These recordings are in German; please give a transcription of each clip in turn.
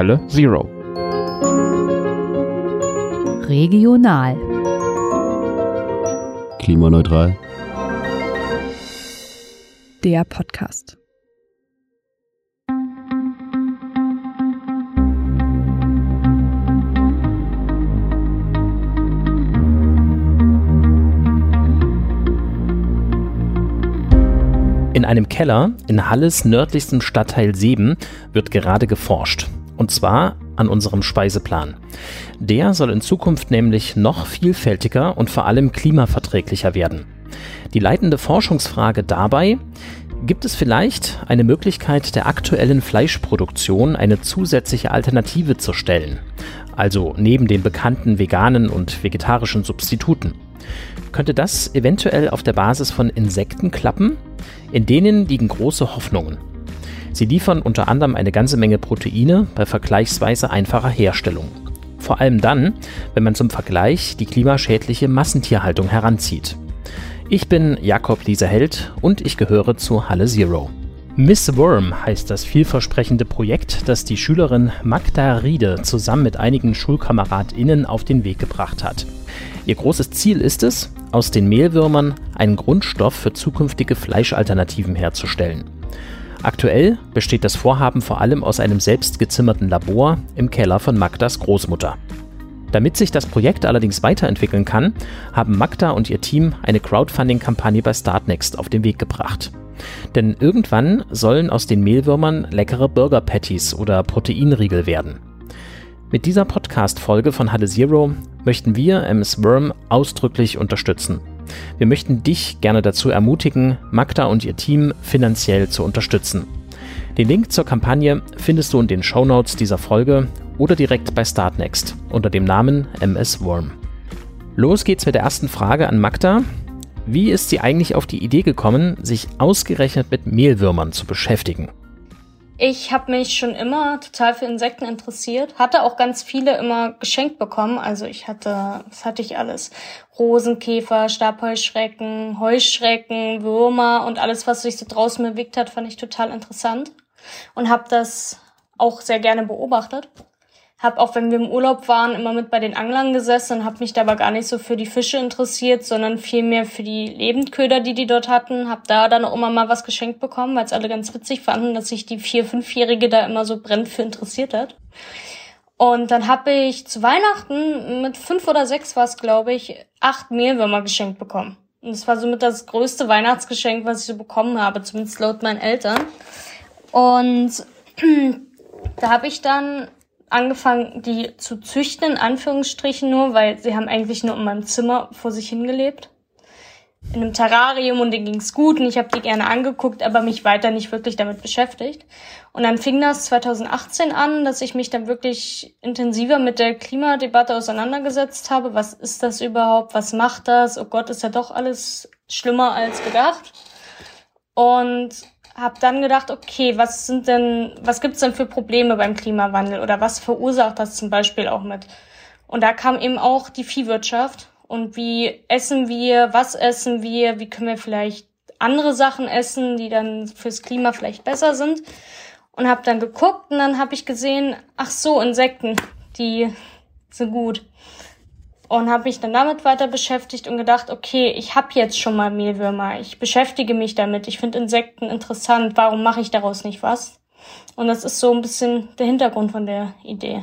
Halle Zero. Regional. Klimaneutral. Der Podcast. In einem Keller in Halles nördlichstem Stadtteil Seeben wird gerade geforscht. Und zwar an unserem Speiseplan. Der soll in Zukunft nämlich noch vielfältiger und vor allem klimaverträglicher werden. Die leitende Forschungsfrage dabei: Gibt es vielleicht eine Möglichkeit, der aktuellen Fleischproduktion eine zusätzliche Alternative zu stellen? Also neben den bekannten veganen und vegetarischen Substituten. Könnte das eventuell auf der Basis von Insekten klappen? In denen liegen große Hoffnungen. Sie liefern unter anderem eine ganze Menge Proteine bei vergleichsweise einfacher Herstellung. Vor allem dann, wenn man zum Vergleich die klimaschädliche Massentierhaltung heranzieht. Ich bin Jakob Liese-Held und ich gehöre zu Halle Zero. Miss Worm heißt das vielversprechende Projekt, das die Schülerin Magda Riede zusammen mit einigen SchulkameradInnen auf den Weg gebracht hat. Ihr großes Ziel ist es, aus den Mehlwürmern einen Grundstoff für zukünftige Fleischalternativen herzustellen. Aktuell besteht das Vorhaben vor allem aus einem selbst gezimmerten Labor im Keller von Magdas Großmutter. Damit sich das Projekt allerdings weiterentwickeln kann, haben Magda und ihr Team eine Crowdfunding-Kampagne bei Startnext auf den Weg gebracht. Denn irgendwann sollen aus den Mehlwürmern leckere Burger-Patties oder Proteinriegel werden. Mit dieser Podcast-Folge von Halle Zero möchten wir MS Worm ausdrücklich unterstützen. Wir möchten dich gerne dazu ermutigen, Magda und ihr Team finanziell zu unterstützen. Den Link zur Kampagne findest du in den Shownotes dieser Folge oder direkt bei Startnext unter dem Namen MS Worm. Los geht's mit der ersten Frage an Magda. Wie ist sie eigentlich auf die Idee gekommen, sich ausgerechnet mit Mehlwürmern zu beschäftigen? Ich habe mich schon immer total für Insekten interessiert, hatte auch ganz viele immer geschenkt bekommen. Also was hatte ich alles? Rosenkäfer, Stabheuschrecken, Heuschrecken, Würmer und alles, was sich so draußen bewegt hat, fand ich total interessant. Und habe das auch sehr gerne beobachtet. Habe auch, wenn wir im Urlaub waren, immer mit bei den Anglern gesessen und habe mich da aber gar nicht so für die Fische interessiert, sondern vielmehr für die Lebendköder, die dort hatten. Habe da dann auch immer mal was geschenkt bekommen, weil es alle ganz witzig fanden, dass sich die 4-, 5-Jährige da immer so brennend für interessiert hat. Und dann habe ich zu Weihnachten mit 5 oder 6 war es, glaube ich, 8 Mehlwürmer geschenkt bekommen. Und das war somit das größte Weihnachtsgeschenk, was ich so bekommen habe, zumindest laut meinen Eltern. Und da habe ich dann angefangen, die zu züchten, in Anführungsstrichen nur, weil sie haben eigentlich nur in meinem Zimmer vor sich hingelebt. In einem Terrarium und denen ging's gut und ich habe die gerne angeguckt, aber mich weiter nicht wirklich damit beschäftigt. Und dann fing das 2018 an, dass ich mich dann wirklich intensiver mit der Klimadebatte auseinandergesetzt habe. Was ist das überhaupt? Was macht das? Oh Gott, ist ja doch alles schlimmer als gedacht. Und habe dann gedacht, okay, was gibt's denn für Probleme beim Klimawandel oder was verursacht das zum Beispiel auch mit? Und da kam eben auch die Viehwirtschaft und wie essen wir, was essen wir, wie können wir vielleicht andere Sachen essen, die dann fürs Klima vielleicht besser sind. Und habe dann geguckt und dann habe ich gesehen, ach so, Insekten, die sind gut. Und habe mich dann damit weiter beschäftigt und gedacht, okay, ich habe jetzt schon mal Mehlwürmer, ich beschäftige mich damit, ich finde Insekten interessant, warum mache ich daraus nicht was? Und das ist so ein bisschen der Hintergrund von der Idee.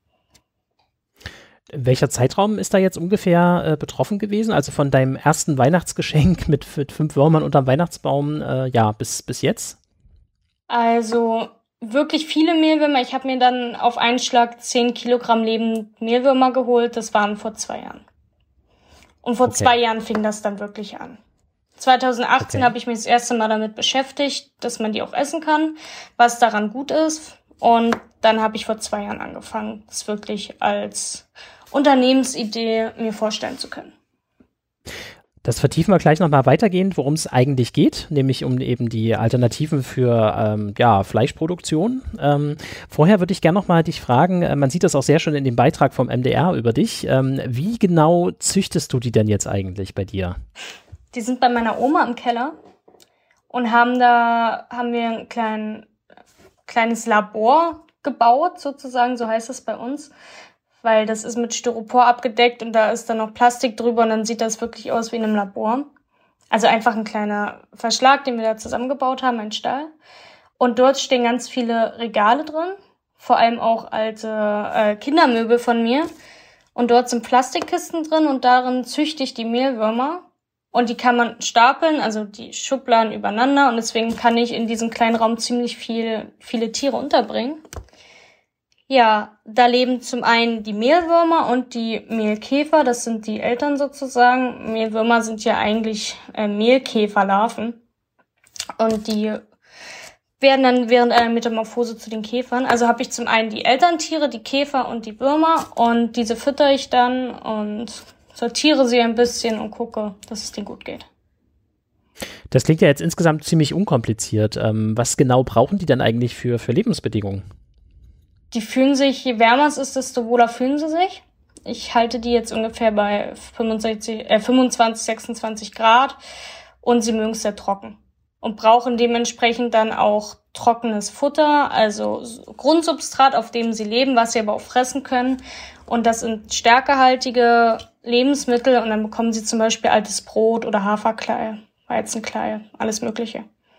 Welcher Zeitraum ist da jetzt ungefähr betroffen gewesen? Also von deinem ersten Weihnachtsgeschenk mit 5 Würmern unterm Weihnachtsbaum, bis jetzt? Also wirklich viele Mehlwürmer. Ich habe mir dann auf einen Schlag 10 Kilogramm lebende Mehlwürmer geholt. Das waren vor 2 Jahren. Und vor 2 Jahren fing das dann wirklich an. 2018 habe ich mich das erste Mal damit beschäftigt, dass man die auch essen kann, was daran gut ist. Und dann habe ich vor 2 Jahren angefangen, das wirklich als Unternehmensidee mir vorstellen zu können. Das vertiefen wir gleich nochmal weitergehend, worum es eigentlich geht, nämlich um eben die Alternativen für Fleischproduktion. Vorher würde ich gerne nochmal dich fragen, man sieht das auch sehr schön in dem Beitrag vom MDR über dich. Wie genau züchtest du die denn jetzt eigentlich bei dir? Die sind bei meiner Oma im Keller und haben wir ein kleines Labor, gebaut, sozusagen, so heißt es bei uns. Weil das ist mit Styropor abgedeckt und da ist dann noch Plastik drüber und dann sieht das wirklich aus wie in einem Labor. Also einfach ein kleiner Verschlag, den wir da zusammengebaut haben, ein Stall. Und dort stehen ganz viele Regale drin, vor allem auch alte Kindermöbel von mir. Und dort sind Plastikkisten drin und darin züchte ich die Mehlwürmer. Und die kann man stapeln, also die Schubladen übereinander. Und deswegen kann ich in diesem kleinen Raum ziemlich viele Tiere unterbringen. Ja, da leben zum einen die Mehlwürmer und die Mehlkäfer, das sind die Eltern sozusagen. Mehlwürmer sind ja eigentlich Mehlkäferlarven und die werden dann während einer Metamorphose zu den Käfern. Also habe ich zum einen die Elterntiere, die Käfer und die Würmer und diese fütter ich dann und sortiere sie ein bisschen und gucke, dass es denen gut geht. Das klingt ja jetzt insgesamt ziemlich unkompliziert. Was genau brauchen die dann eigentlich für Lebensbedingungen? Die fühlen sich, je wärmer es ist, desto wohler fühlen sie sich. Ich halte die jetzt ungefähr bei 25, 26 Grad und sie mögen es sehr trocken und brauchen dementsprechend dann auch trockenes Futter, also Grundsubstrat, auf dem sie leben, was sie aber auch fressen können. Und das sind stärkehaltige Lebensmittel und dann bekommen sie zum Beispiel altes Brot oder Haferkleie, Weizenkleie, alles Mögliche.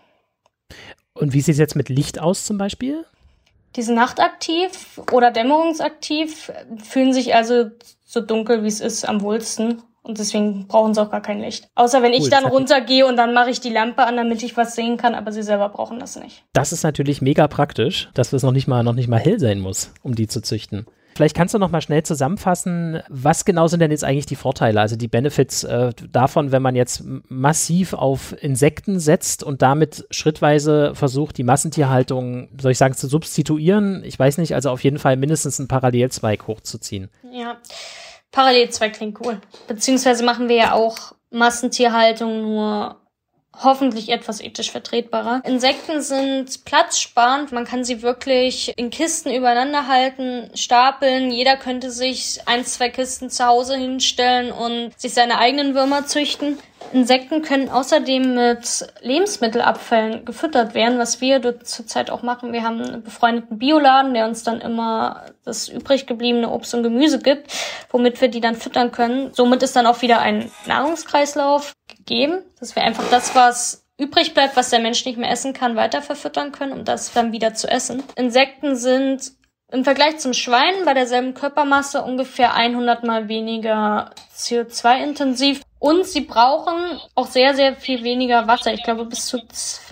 Und wie sieht es jetzt mit Licht aus zum Beispiel? Die sind nachtaktiv oder dämmerungsaktiv, fühlen sich also so dunkel, wie es ist, am wohlsten. Und deswegen brauchen sie auch gar kein Licht. Außer wenn ich dann runtergehe und dann mache ich die Lampe an, damit ich was sehen kann, aber sie selber brauchen das nicht. Das ist natürlich mega praktisch, dass es noch nicht mal hell sein muss, um die zu züchten. Vielleicht kannst du noch mal schnell zusammenfassen, was genau sind denn jetzt eigentlich die Vorteile, also die Benefits davon, wenn man jetzt massiv auf Insekten setzt und damit schrittweise versucht, die Massentierhaltung, soll ich sagen, zu substituieren? Ich weiß nicht, also auf jeden Fall mindestens einen Parallelzweig hochzuziehen. Ja, Parallelzweig klingt cool. Beziehungsweise machen wir ja auch Massentierhaltung, nur hoffentlich etwas ethisch vertretbarer. Insekten sind platzsparend. Man kann sie wirklich in Kisten übereinander halten, stapeln. Jeder könnte sich 1, 2 Kisten zu Hause hinstellen und sich seine eigenen Würmer züchten. Insekten können außerdem mit Lebensmittelabfällen gefüttert werden, was wir zurzeit auch machen. Wir haben einen befreundeten Bioladen, der uns dann immer das übrig gebliebene Obst und Gemüse gibt, womit wir die dann füttern können. Somit ist dann auch wieder ein Nahrungskreislauf gegeben, dass wir einfach das, was übrig bleibt, was der Mensch nicht mehr essen kann, weiter verfüttern können, um das dann wieder zu essen. Insekten sind im Vergleich zum Schwein bei derselben Körpermasse ungefähr 100 mal weniger CO2-intensiv. Und sie brauchen auch sehr, sehr viel weniger Wasser. Ich glaube bis zu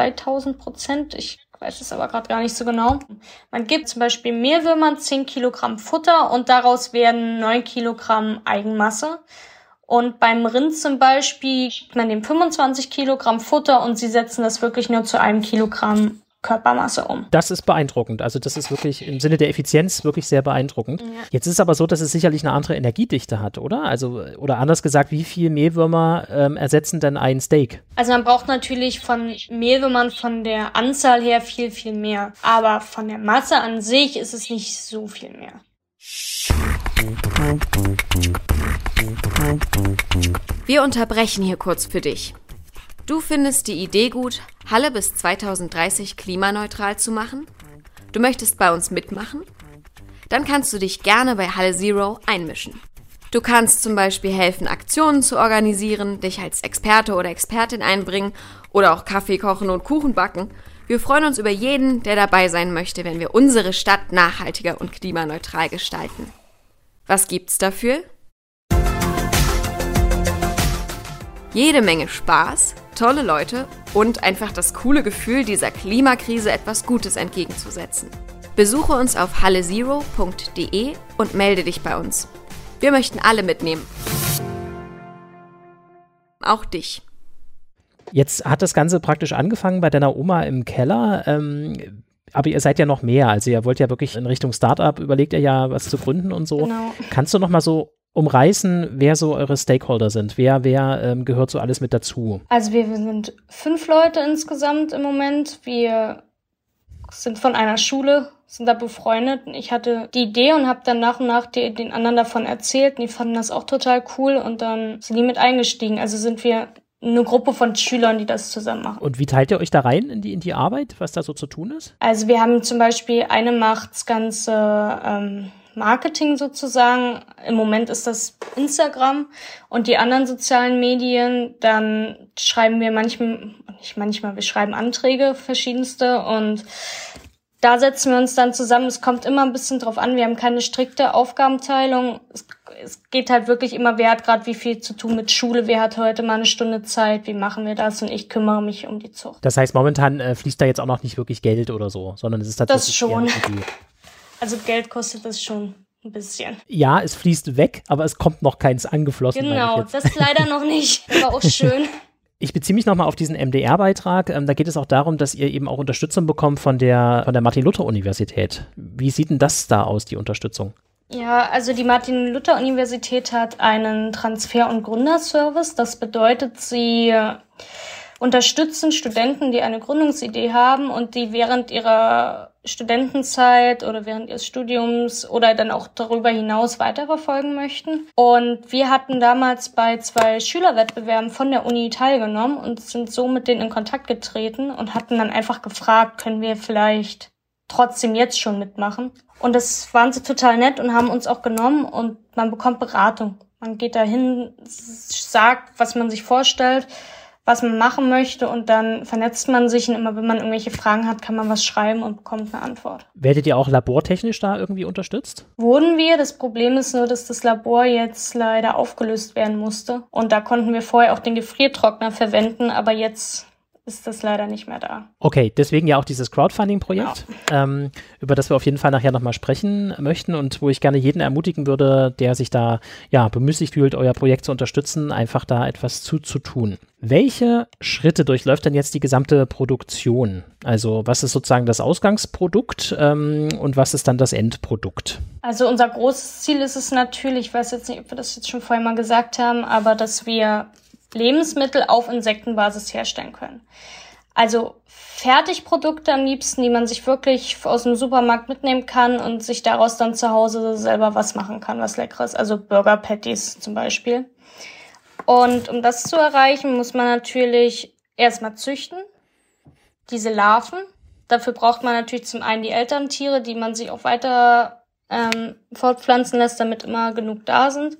2000%. Ich weiß es aber gerade gar nicht so genau. Man gibt zum Beispiel Mehlwürmern 10 Kilogramm Futter und daraus werden 9 Kilogramm Eigenmasse. Und beim Rind zum Beispiel gibt man dem 25 Kilogramm Futter und sie setzen das wirklich nur zu 1 Kilogramm Körpermasse um. Das ist beeindruckend. Also das ist wirklich im Sinne der Effizienz wirklich sehr beeindruckend. Ja. Jetzt ist es aber so, dass es sicherlich eine andere Energiedichte hat, oder? Also, oder anders gesagt, wie viel Mehlwürmer ersetzen denn ein Steak? Also man braucht natürlich von Mehlwürmern von der Anzahl her viel, viel mehr. Aber von der Masse an sich ist es nicht so viel mehr. Wir unterbrechen hier kurz für dich. Du findest die Idee gut, Halle bis 2030 klimaneutral zu machen? Du möchtest bei uns mitmachen? Dann kannst du dich gerne bei Halle Zero einmischen. Du kannst zum Beispiel helfen, Aktionen zu organisieren, dich als Experte oder Expertin einbringen oder auch Kaffee kochen und Kuchen backen. Wir freuen uns über jeden, der dabei sein möchte, wenn wir unsere Stadt nachhaltiger und klimaneutral gestalten. Was gibt's dafür? Jede Menge Spaß, tolle Leute und einfach das coole Gefühl, dieser Klimakrise etwas Gutes entgegenzusetzen. Besuche uns auf hallezero.de und melde dich bei uns. Wir möchten alle mitnehmen. Auch dich. Jetzt hat das Ganze praktisch angefangen bei deiner Oma im Keller, aber ihr seid ja noch mehr. Also ihr wollt ja wirklich in Richtung Startup, überlegt ihr ja was zu gründen und so. Genau. Kannst du noch mal so umreißen, wer so eure Stakeholder sind? Wer gehört so alles mit dazu? Also wir sind 5 Leute insgesamt im Moment. Wir sind von einer Schule, sind da befreundet. Ich hatte die Idee und habe dann nach und nach den anderen davon erzählt. Und die fanden das auch total cool und dann sind die mit eingestiegen. Also sind wir eine Gruppe von Schülern, die das zusammen machen. Und wie teilt ihr euch da rein in die Arbeit, was da so zu tun ist? Also wir haben zum Beispiel, eine macht das ganze Marketing sozusagen. Im Moment ist das Instagram und die anderen sozialen Medien. Dann schreiben wir wir schreiben Anträge, verschiedenste, und da setzen wir uns dann zusammen. Es kommt immer ein bisschen drauf an. Wir haben keine strikte Aufgabenteilung. Es geht halt wirklich immer, wer hat gerade wie viel zu tun mit Schule, wer hat heute mal eine Stunde Zeit, wie machen wir das, und ich kümmere mich um die Zucht. Das heißt, momentan fließt da jetzt auch noch nicht wirklich Geld oder so, sondern es ist tatsächlich... Das schon. Also Geld kostet das schon ein bisschen. Ja, es fließt weg, aber es kommt noch keins angeflossen. Genau, das leider noch nicht. Aber auch schön. Ich beziehe mich nochmal auf diesen MDR-Beitrag. Da geht es auch darum, dass ihr eben auch Unterstützung bekommt von der Martin-Luther-Universität. Wie sieht denn das da aus, die Unterstützung? Ja, also die Martin-Luther-Universität hat einen Transfer- und Gründerservice. Das bedeutet, sie unterstützen Studenten, die eine Gründungsidee haben und die während ihrer Studentenzeit oder während ihres Studiums oder dann auch darüber hinaus weiterverfolgen möchten. Und wir hatten damals bei 2 Schülerwettbewerben von der Uni teilgenommen und sind so mit denen in Kontakt getreten und hatten dann einfach gefragt, können wir vielleicht trotzdem jetzt schon mitmachen? Und das waren sie total nett und haben uns auch genommen, und man bekommt Beratung. Man geht dahin, sagt, was man sich vorstellt, was man machen möchte, und dann vernetzt man sich, und immer wenn man irgendwelche Fragen hat, kann man was schreiben und bekommt eine Antwort. Werdet ihr auch labortechnisch da irgendwie unterstützt? Wurden wir. Das Problem ist nur, dass das Labor jetzt leider aufgelöst werden musste, und da konnten wir vorher auch den Gefriertrockner verwenden, aber jetzt ist das leider nicht mehr da. Okay, deswegen ja auch dieses Crowdfunding-Projekt, über das wir auf jeden Fall nachher nochmal sprechen möchten und wo ich gerne jeden ermutigen würde, der sich da bemüßigt fühlt, euer Projekt zu unterstützen, einfach da etwas zu tun. Welche Schritte durchläuft denn jetzt die gesamte Produktion? Also was ist sozusagen das Ausgangsprodukt und was ist dann das Endprodukt? Also unser großes Ziel ist es natürlich, ich weiß jetzt nicht, ob wir das jetzt schon vorher mal gesagt haben, aber dass wir Lebensmittel auf Insektenbasis herstellen können. Also Fertigprodukte am liebsten, die man sich wirklich aus dem Supermarkt mitnehmen kann und sich daraus dann zu Hause selber was machen kann, was Leckeres. Also Burger Patties zum Beispiel. Und um das zu erreichen, muss man natürlich erstmal züchten, diese Larven. Dafür braucht man natürlich zum einen die Elterntiere, die man sich auch weiter fortpflanzen lässt, damit immer genug da sind.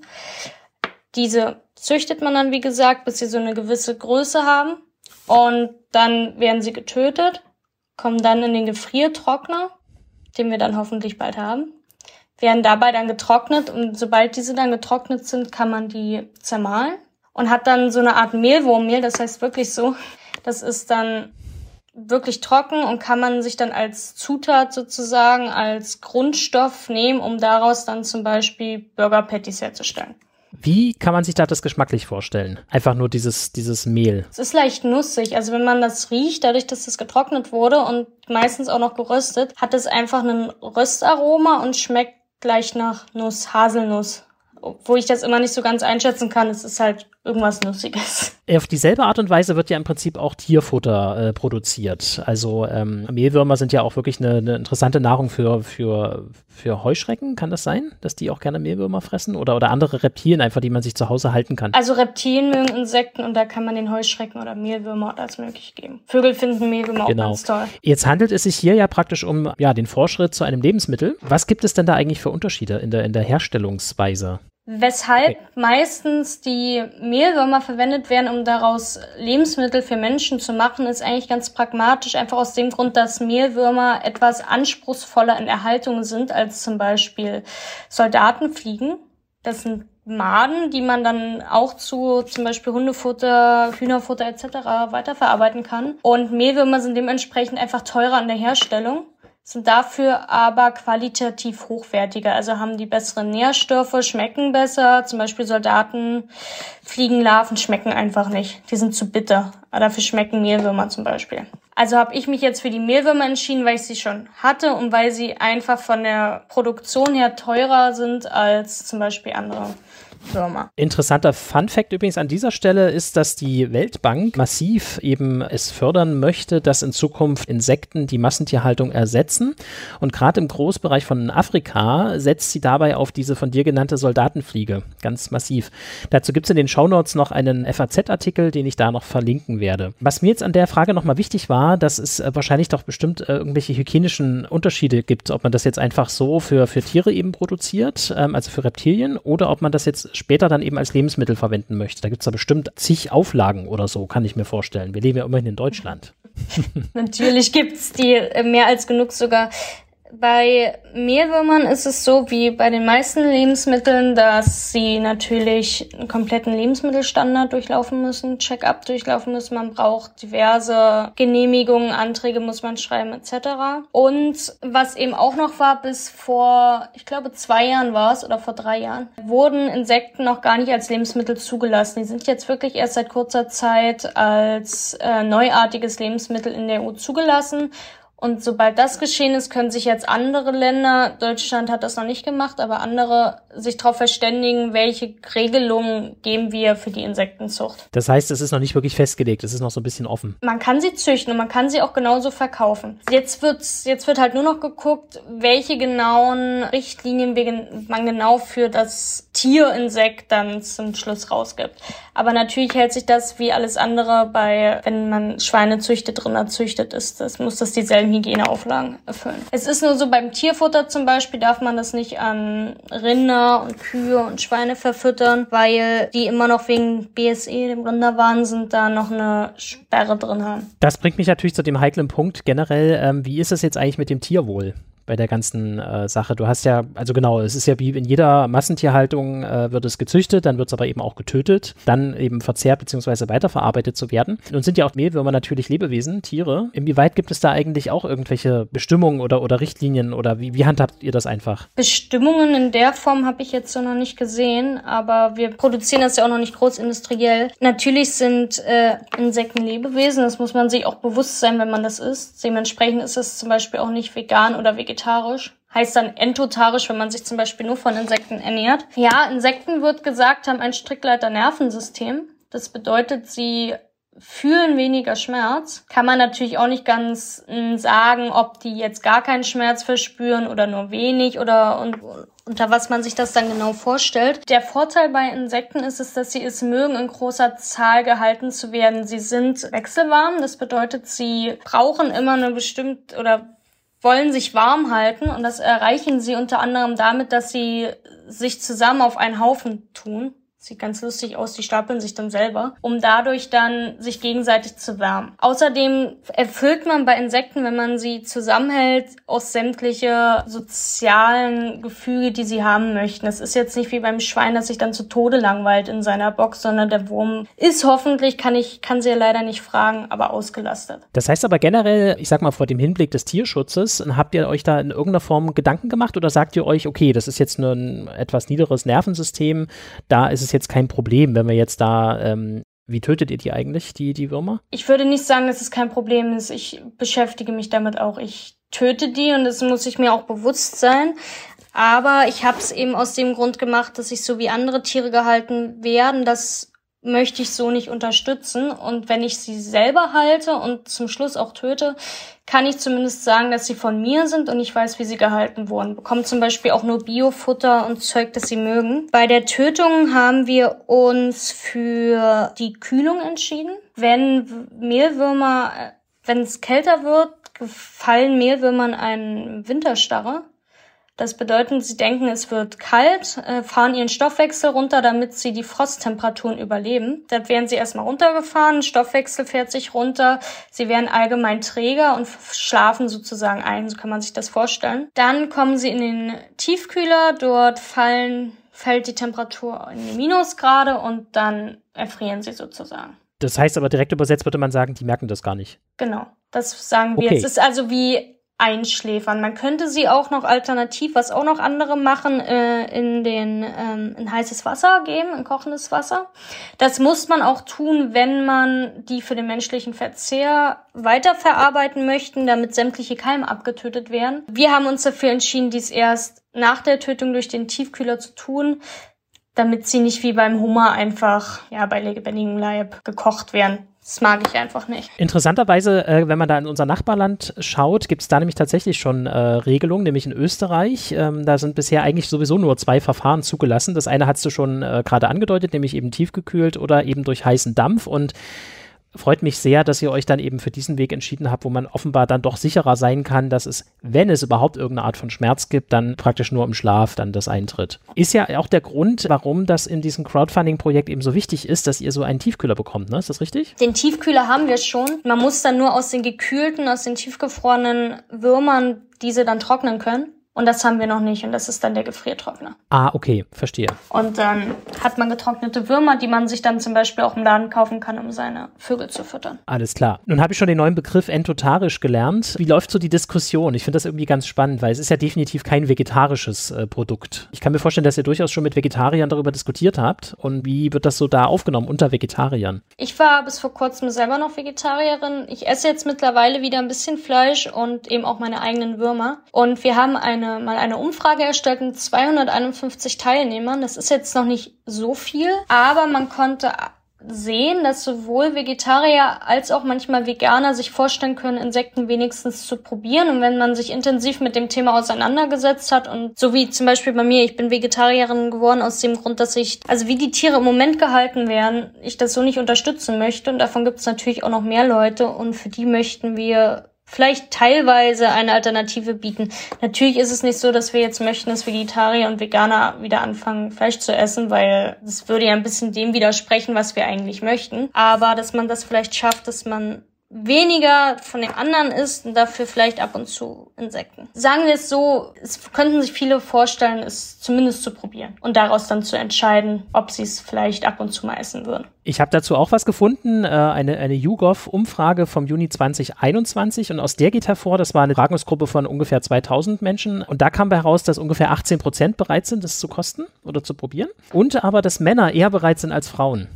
Diese züchtet man dann, wie gesagt, bis sie so eine gewisse Größe haben. Und dann werden sie getötet, kommen dann in den Gefriertrockner, den wir dann hoffentlich bald haben, werden dabei dann getrocknet. Und sobald diese dann getrocknet sind, kann man die zermahlen und hat dann so eine Art Mehlwurmmehl. Das heißt wirklich so, das ist dann wirklich trocken und kann man sich dann als Zutat sozusagen, als Grundstoff nehmen, um daraus dann zum Beispiel Burger Patties herzustellen. Wie kann man sich da das geschmacklich vorstellen? Einfach nur dieses Mehl. Es ist leicht nussig. Also wenn man das riecht, dadurch, dass das getrocknet wurde und meistens auch noch geröstet, hat es einfach ein Röstaroma und schmeckt gleich nach Nuss, Haselnuss. Obwohl ich das immer nicht so ganz einschätzen kann, es ist halt irgendwas Nussiges. Auf dieselbe Art und Weise wird ja im Prinzip auch Tierfutter produziert. Also Mehlwürmer sind ja auch wirklich eine interessante Nahrung für Heuschrecken. Kann das sein, dass die auch gerne Mehlwürmer fressen? Oder andere Reptilien einfach, die man sich zu Hause halten kann? Also Reptilien mögen Insekten und da kann man den Heuschrecken oder Mehlwürmer alles mögliche geben. Vögel finden Mehlwürmer auch ganz toll. Jetzt handelt es sich hier ja praktisch um den Vorschritt zu einem Lebensmittel. Was gibt es denn da eigentlich für Unterschiede in der Herstellungsweise? Weshalb meistens die Mehlwürmer verwendet werden, um daraus Lebensmittel für Menschen zu machen, ist eigentlich ganz pragmatisch. Einfach aus dem Grund, dass Mehlwürmer etwas anspruchsvoller in der Haltung sind als zum Beispiel Soldatenfliegen. Das sind Maden, die man dann auch zu zum Beispiel Hundefutter, Hühnerfutter etc. weiterverarbeiten kann. Und Mehlwürmer sind dementsprechend einfach teurer in der Herstellung, sind dafür aber qualitativ hochwertiger, also haben die besseren Nährstoffe, schmecken besser. Zum Beispiel Soldatenfliegenlarven schmecken einfach nicht, die sind zu bitter. Aber dafür schmecken Mehlwürmer zum Beispiel. Also habe ich mich jetzt für die Mehlwürmer entschieden, weil ich sie schon hatte und weil sie einfach von der Produktion her teurer sind als zum Beispiel andere Würmer. Interessanter Funfact übrigens an dieser Stelle ist, dass die Weltbank massiv eben es fördern möchte, dass in Zukunft Insekten die Massentierhaltung ersetzen. Und gerade im Großbereich von Afrika setzt sie dabei auf diese von dir genannte Soldatenfliege. Ganz massiv. Dazu gibt es in den Shownotes noch einen FAZ-Artikel, den ich da noch verlinken werde. Was mir jetzt an der Frage nochmal wichtig war, dass es wahrscheinlich doch bestimmt irgendwelche hygienischen Unterschiede gibt, ob man das jetzt einfach so für Tiere eben produziert, also für Reptilien, oder ob man das jetzt später dann eben als Lebensmittel verwenden möchte. Da gibt es da bestimmt zig Auflagen oder so, kann ich mir vorstellen. Wir leben ja immerhin in Deutschland. Natürlich gibt's die mehr als genug sogar. Bei Mehlwürmern ist es so wie bei den meisten Lebensmitteln, dass sie natürlich einen kompletten Lebensmittelstandard durchlaufen müssen, Check-up durchlaufen müssen. Man braucht diverse Genehmigungen, Anträge muss man schreiben etc. Und was eben auch noch war, bis vor, ich glaube 2 Jahren war es oder vor 3 Jahren, wurden Insekten noch gar nicht als Lebensmittel zugelassen. Die sind jetzt wirklich erst seit kurzer Zeit als neuartiges Lebensmittel in der EU zugelassen. Und sobald das geschehen ist, können sich jetzt andere Länder, Deutschland hat das noch nicht gemacht, aber andere sich darauf verständigen, welche Regelungen geben wir für die Insektenzucht. Das heißt, es ist noch nicht wirklich festgelegt, es ist noch so ein bisschen offen. Man kann sie züchten und man kann sie auch genauso verkaufen. Jetzt wird halt nur noch geguckt, welche genauen Richtlinien man genau für das Tierinsekt dann zum Schluss rausgibt. Aber natürlich hält sich das wie alles andere wenn man Schweine züchtet, Rinder züchtet, muss das dieselben Hygieneauflagen erfüllen. Es ist nur so, beim Tierfutter zum Beispiel darf man das nicht an Rinder und Kühe und Schweine verfüttern, weil die immer noch wegen BSE, dem Rinderwahnsinn, da noch eine Sperre drin haben. Das bringt mich natürlich zu dem heiklen Punkt generell, wie ist es jetzt eigentlich mit dem Tierwohl bei der ganzen Sache? Du hast ja, also genau, es ist ja wie in jeder Massentierhaltung wird es gezüchtet, dann wird es aber eben auch getötet, dann eben verzehrt bzw. weiterverarbeitet zu werden. Nun sind ja auch Mehlwürmer natürlich Lebewesen, Tiere. Inwieweit gibt es da eigentlich auch irgendwelche Bestimmungen oder Richtlinien oder wie handhabt ihr das einfach? Bestimmungen in der Form habe ich jetzt so noch nicht gesehen, aber wir produzieren das ja auch noch nicht großindustriell. Natürlich sind Insekten Lebewesen, das muss man sich auch bewusst sein, wenn man das isst. Dementsprechend ist es zum Beispiel auch nicht vegan oder vegetarisch. Heißt dann entotarisch, wenn man sich zum Beispiel nur von Insekten ernährt. Ja, Insekten, wird gesagt, haben ein Strickleiter-Nervensystem. Das bedeutet, sie fühlen weniger Schmerz. Kann man natürlich auch nicht ganz sagen, ob die jetzt gar keinen Schmerz verspüren oder nur wenig oder unter was man sich das dann genau vorstellt. Der Vorteil bei Insekten ist es, dass sie es mögen, in großer Zahl gehalten zu werden. Sie sind wechselwarm, das bedeutet, sie brauchen immer eine bestimmte oder wollen sich warm halten und das erreichen sie unter anderem damit, dass sie sich zusammen auf einen Haufen tun. Sieht ganz lustig aus, die stapeln sich dann selber, um dadurch dann sich gegenseitig zu wärmen. Außerdem erfüllt man bei Insekten, wenn man sie zusammenhält, aus sämtliche sozialen Gefüge, die sie haben möchten. Es ist jetzt nicht wie beim Schwein, das sich dann zu Tode langweilt in seiner Box, sondern der Wurm ist hoffentlich, kann sie ja leider nicht fragen, aber ausgelastet. Das heißt aber generell, ich sag mal vor dem Hinblick des Tierschutzes, habt ihr euch da in irgendeiner Form Gedanken gemacht oder sagt ihr euch, okay, das ist jetzt nur ein etwas niederes Nervensystem, da ist es jetzt kein Problem, wenn wir jetzt da, wie tötet ihr die eigentlich, die Würmer? Ich würde nicht sagen, dass es kein Problem ist. Ich beschäftige mich damit auch. Ich töte die und das muss ich mir auch bewusst sein. Aber ich habe es eben aus dem Grund gemacht, dass ich so wie andere Tiere gehalten werden, das möchte ich so nicht unterstützen. Und wenn ich sie selber halte und zum Schluss auch töte, kann ich zumindest sagen, dass sie von mir sind und ich weiß, wie sie gehalten wurden. Bekommen zum Beispiel auch nur Biofutter und Zeug, das sie mögen. Bei der Tötung haben wir uns für die Kühlung entschieden. Wenn es kälter wird, fallen Mehlwürmern eine Winterstarre. Das bedeutet, sie denken, es wird kalt, fahren ihren Stoffwechsel runter, damit sie die Frosttemperaturen überleben. Dann werden sie erstmal runtergefahren, Stoffwechsel fährt sich runter, sie werden allgemein träger und schlafen sozusagen ein, so kann man sich das vorstellen. Dann kommen sie in den Tiefkühler, dort fällt die Temperatur in die Minusgrade und dann erfrieren sie sozusagen. Das heißt aber direkt übersetzt würde man sagen, die merken das gar nicht. Genau, das sagen wir. Okay. Es ist also wie einschläfern. Man könnte sie auch noch alternativ, was auch noch andere machen, in heißes Wasser geben, in kochendes Wasser. Das muss man auch tun, wenn man die für den menschlichen Verzehr weiterverarbeiten möchte, damit sämtliche Keime abgetötet werden. Wir haben uns dafür entschieden, dies erst nach der Tötung durch den Tiefkühler zu tun. damit sie nicht wie beim Hummer einfach bei lebendigem Leib gekocht werden. Das mag ich einfach nicht. Interessanterweise, wenn man da in unser Nachbarland schaut, gibt es da nämlich tatsächlich schon Regelungen, nämlich in Österreich. Da sind bisher eigentlich sowieso nur 2 Verfahren zugelassen. Das eine hast du schon gerade angedeutet, nämlich eben tiefgekühlt oder eben durch heißen Dampf. Und freut mich sehr, dass ihr euch dann eben für diesen Weg entschieden habt, wo man offenbar dann doch sicherer sein kann, dass es, wenn es überhaupt irgendeine Art von Schmerz gibt, dann praktisch nur im Schlaf dann das eintritt. Ist ja auch der Grund, warum das in diesem Crowdfunding-Projekt eben so wichtig ist, dass ihr so einen Tiefkühler bekommt, ne? Ist das richtig? Den Tiefkühler haben wir schon. Man muss dann nur aus den gekühlten, aus den tiefgefrorenen Würmern diese dann trocknen können. Und das haben wir noch nicht und das ist dann der Gefriertrockner. Ah, okay, verstehe. Und dann hat man getrocknete Würmer, die man sich dann zum Beispiel auch im Laden kaufen kann, um seine Vögel zu füttern. Alles klar. Nun habe ich schon den neuen Begriff entotarisch gelernt. Wie läuft so die Diskussion? Ich finde das irgendwie ganz spannend, weil es ist ja definitiv kein vegetarisches Produkt. Ich kann mir vorstellen, dass ihr durchaus schon mit Vegetariern darüber diskutiert habt. Und wie wird das so da aufgenommen unter Vegetariern? Ich war bis vor kurzem selber noch Vegetarierin. Ich esse jetzt mittlerweile wieder ein bisschen Fleisch und eben auch meine eigenen Würmer. Und wir haben mal eine Umfrage erstellt mit 251 Teilnehmern. Das ist jetzt noch nicht so viel, aber man konnte sehen, dass sowohl Vegetarier als auch manchmal Veganer sich vorstellen können, Insekten wenigstens zu probieren. Und wenn man sich intensiv mit dem Thema auseinandergesetzt hat und so wie zum Beispiel bei mir, ich bin Vegetarierin geworden aus dem Grund, dass wie die Tiere im Moment gehalten werden, ich das so nicht unterstützen möchte. Und davon gibt es natürlich auch noch mehr Leute und für die möchten wir vielleicht teilweise eine Alternative bieten. Natürlich ist es nicht so, dass wir jetzt möchten, dass Vegetarier und Veganer wieder anfangen, Fleisch zu essen, weil das würde ja ein bisschen dem widersprechen, was wir eigentlich möchten. Aber dass man das vielleicht schafft, dass man weniger von dem anderen isst und dafür vielleicht ab und zu Insekten. Sagen wir es so, es könnten sich viele vorstellen, es zumindest zu probieren und daraus dann zu entscheiden, ob sie es vielleicht ab und zu mal essen würden. Ich habe dazu auch was gefunden, eine YouGov-Umfrage vom Juni 2021 und aus der geht hervor, das war eine Befragungsgruppe von ungefähr 2000 Menschen und da kam heraus, dass ungefähr 18% bereit sind, das zu kosten oder zu probieren und aber, dass Männer eher bereit sind als Frauen.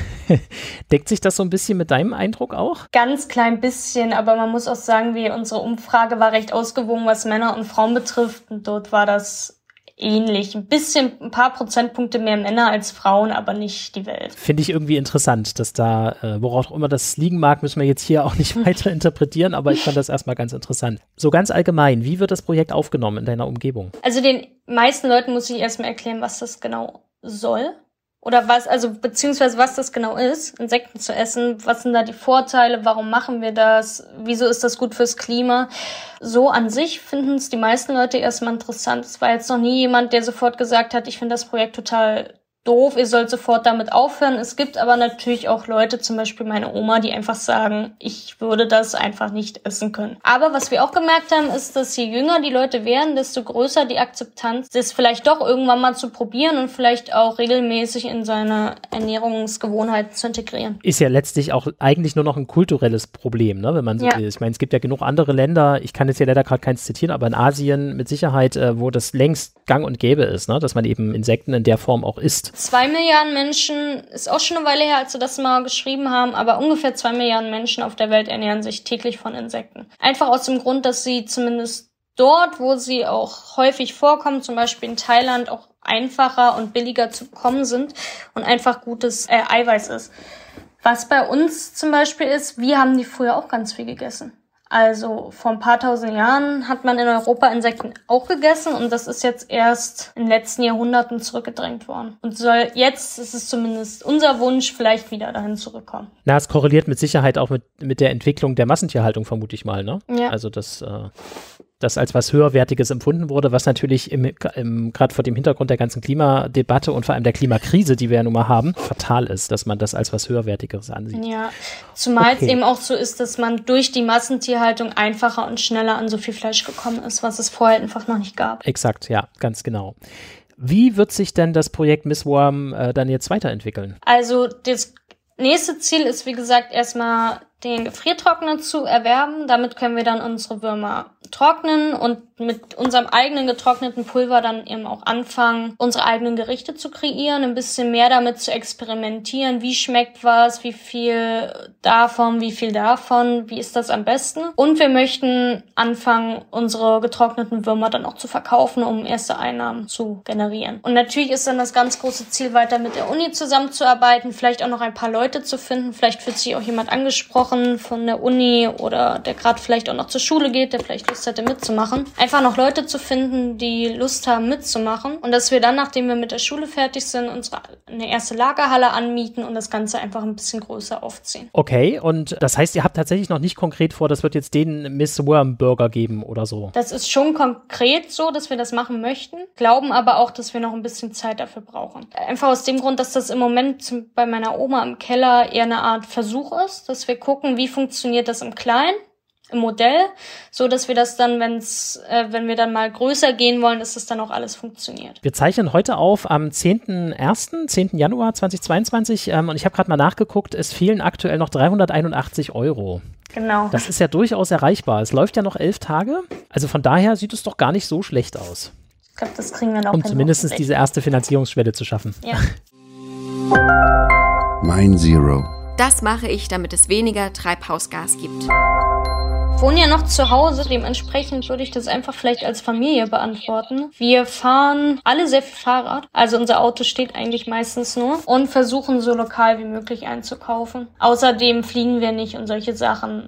Deckt sich das so ein bisschen mit deinem Eindruck auch? Ganz klein bisschen, aber man muss auch sagen, unsere Umfrage war recht ausgewogen, was Männer und Frauen betrifft und dort war das ähnlich. Ein paar Prozentpunkte mehr Männer als Frauen, aber nicht die Welt. Finde ich irgendwie interessant, dass da, worauf auch immer das liegen mag, müssen wir jetzt hier auch nicht weiter interpretieren, aber ich fand das erstmal ganz interessant. So ganz allgemein, wie wird das Projekt aufgenommen in deiner Umgebung? Also den meisten Leuten muss ich erstmal erklären, was das genau soll. Oder beziehungsweise was das genau ist, Insekten zu essen. Was sind da die Vorteile? Warum machen wir das? Wieso ist das gut fürs Klima? So an sich finden es die meisten Leute erstmal interessant. Es war jetzt noch nie jemand, der sofort gesagt hat, ich finde das Projekt total doof, ihr sollt sofort damit aufhören. Es gibt aber natürlich auch Leute, zum Beispiel meine Oma, die einfach sagen, ich würde das einfach nicht essen können. Aber was wir auch gemerkt haben, ist, dass je jünger die Leute werden, desto größer die Akzeptanz, das vielleicht doch irgendwann mal zu probieren und vielleicht auch regelmäßig in seine Ernährungsgewohnheiten zu integrieren. Ist ja letztlich auch eigentlich nur noch ein kulturelles Problem, ne, wenn man so will. Ich meine, es gibt ja genug andere Länder, ich kann jetzt hier leider gerade keins zitieren, aber in Asien mit Sicherheit, wo das längst gang und gäbe ist, ne, dass man eben Insekten in der Form auch isst. 2 Milliarden Menschen, ist auch schon eine Weile her, als wir das mal geschrieben haben, aber ungefähr 2 Milliarden Menschen auf der Welt ernähren sich täglich von Insekten. Einfach aus dem Grund, dass sie zumindest dort, wo sie auch häufig vorkommen, zum Beispiel in Thailand, auch einfacher und billiger zu bekommen sind und einfach gutes Eiweiß ist. Was bei uns zum Beispiel ist, wir haben die früher auch ganz viel gegessen. Also vor ein paar tausend Jahren hat man in Europa Insekten auch gegessen und das ist jetzt erst in den letzten Jahrhunderten zurückgedrängt worden. Und jetzt ist es zumindest unser Wunsch, vielleicht wieder dahin zurückkommen. Na, es korreliert mit Sicherheit auch mit der Entwicklung der Massentierhaltung, vermute ich mal, ne? Ja. Also das als was Höherwertiges empfunden wurde, was natürlich gerade vor dem Hintergrund der ganzen Klimadebatte und vor allem der Klimakrise, die wir ja nun mal haben, fatal ist, dass man das als was Höherwertiges ansieht. Ja, zumal es eben auch so ist, dass man durch die Massentierhaltung einfacher und schneller an so viel Fleisch gekommen ist, was es vorher einfach noch nicht gab. Exakt, ja, ganz genau. Wie wird sich denn das Projekt Miss Worm dann jetzt weiterentwickeln? Also das nächste Ziel ist, wie gesagt, erstmal den Gefriertrockner zu erwerben. Damit können wir dann unsere Würmer trocknen und mit unserem eigenen getrockneten Pulver dann eben auch anfangen, unsere eigenen Gerichte zu kreieren, ein bisschen mehr damit zu experimentieren, wie schmeckt was, wie viel davon, wie ist das am besten. Und wir möchten anfangen, unsere getrockneten Würmer dann auch zu verkaufen, um erste Einnahmen zu generieren. Und natürlich ist dann das ganz große Ziel, weiter mit der Uni zusammenzuarbeiten, vielleicht auch noch ein paar Leute zu finden. Vielleicht fühlt sich auch jemand angesprochen von der Uni oder der gerade vielleicht auch noch zur Schule geht, der vielleicht Lust hätte mitzumachen. Einfach noch Leute zu finden, die Lust haben mitzumachen und dass wir dann, nachdem wir mit der Schule fertig sind, eine erste Lagerhalle anmieten und das Ganze einfach ein bisschen größer aufziehen. Okay, und das heißt, ihr habt tatsächlich noch nicht konkret vor, das wird jetzt den Miss Worm Burger geben oder so? Das ist schon konkret so, dass wir das machen möchten, glauben aber auch, dass wir noch ein bisschen Zeit dafür brauchen. Einfach aus dem Grund, dass das im Moment bei meiner Oma im Keller eher eine Art Versuch ist, dass wir gucken, wie funktioniert das im Kleinen, im Modell, so dass wir das dann, wenn wir dann mal größer gehen wollen, dass das dann auch alles funktioniert. Wir zeichnen heute auf am 10. Januar 2022 und ich habe gerade mal nachgeguckt, es fehlen aktuell noch 381 €. Genau. Das ist ja durchaus erreichbar. Es läuft ja noch 11 Tage, also von daher sieht es doch gar nicht so schlecht aus. Ich glaube, das kriegen wir noch. Um zumindest diese erste Finanzierungsschwelle zu schaffen. Ja. Mine Zero. Das mache ich, damit es weniger Treibhausgas gibt. Ich wohne ja noch zu Hause, dementsprechend würde ich das einfach vielleicht als Familie beantworten. Wir fahren alle sehr viel Fahrrad, also unser Auto steht eigentlich meistens nur und versuchen so lokal wie möglich einzukaufen. Außerdem fliegen wir nicht und solche Sachen.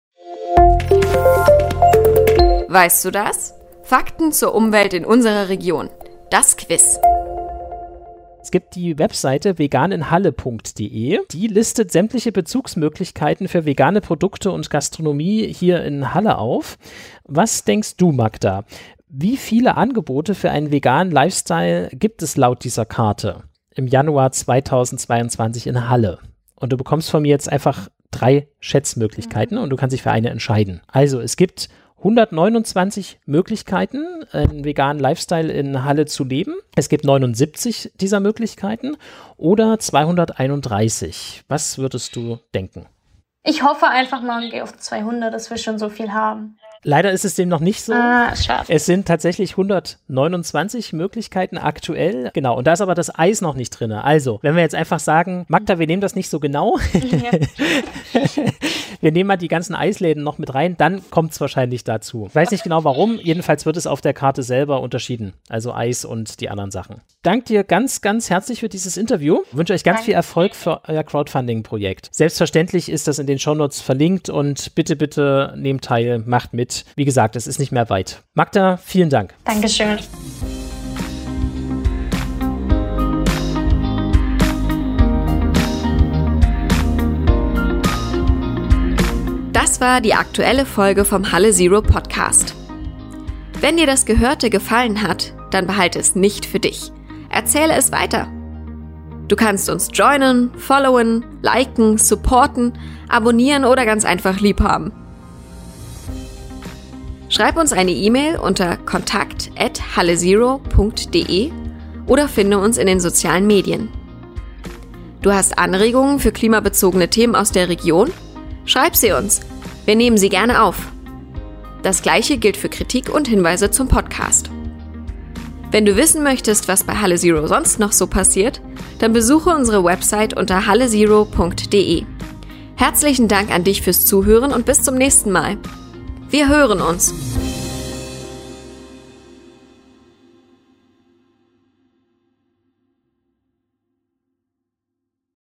Weißt du das? Fakten zur Umwelt in unserer Region. Das Quiz. Es gibt die Webseite veganinhalle.de. Die listet sämtliche Bezugsmöglichkeiten für vegane Produkte und Gastronomie hier in Halle auf. Was denkst du, Magda? Wie viele Angebote für einen veganen Lifestyle gibt es laut dieser Karte im Januar 2022 in Halle? Und du bekommst von mir jetzt einfach 3 Schätzmöglichkeiten und du kannst dich für eine entscheiden. Also es gibt 129 Möglichkeiten, einen veganen Lifestyle in Halle zu leben. Es gibt 79 dieser Möglichkeiten oder 231. Was würdest du denken? Ich hoffe einfach mal und gehe auf 200, dass wir schon so viel haben. Leider ist es dem noch nicht so. Schade. Es sind tatsächlich 129 Möglichkeiten aktuell. Genau, und da ist aber das Eis noch nicht drin. Also, wenn wir jetzt einfach sagen, Magda, wir nehmen das nicht so genau. Ja. Wir nehmen mal die ganzen Eisläden noch mit rein, dann kommt es wahrscheinlich dazu. Ich weiß nicht genau warum, jedenfalls wird es auf der Karte selber unterschieden. Also Eis und die anderen Sachen. Danke dir ganz, ganz herzlich für dieses Interview. Ich wünsche euch ganz viel Erfolg für euer Crowdfunding-Projekt. Selbstverständlich ist das in den Shownotes verlinkt und bitte, bitte nehmt teil, macht mit. Wie gesagt, es ist nicht mehr weit. Magda, vielen Dank. Dankeschön. Das war die aktuelle Folge vom Halle Zero Podcast. Wenn dir das Gehörte gefallen hat, dann behalte es nicht für dich. Erzähle es weiter. Du kannst uns joinen, followen, liken, supporten, abonnieren oder ganz einfach lieb haben. Schreib uns eine E-Mail unter kontakt@hallezero.de oder finde uns in den sozialen Medien. Du hast Anregungen für klimabezogene Themen aus der Region? Schreib sie uns. Wir nehmen sie gerne auf. Das Gleiche gilt für Kritik und Hinweise zum Podcast. Wenn du wissen möchtest, was bei Halle Zero sonst noch so passiert, dann besuche unsere Website unter hallezero.de. Herzlichen Dank an dich fürs Zuhören und bis zum nächsten Mal. Wir hören uns.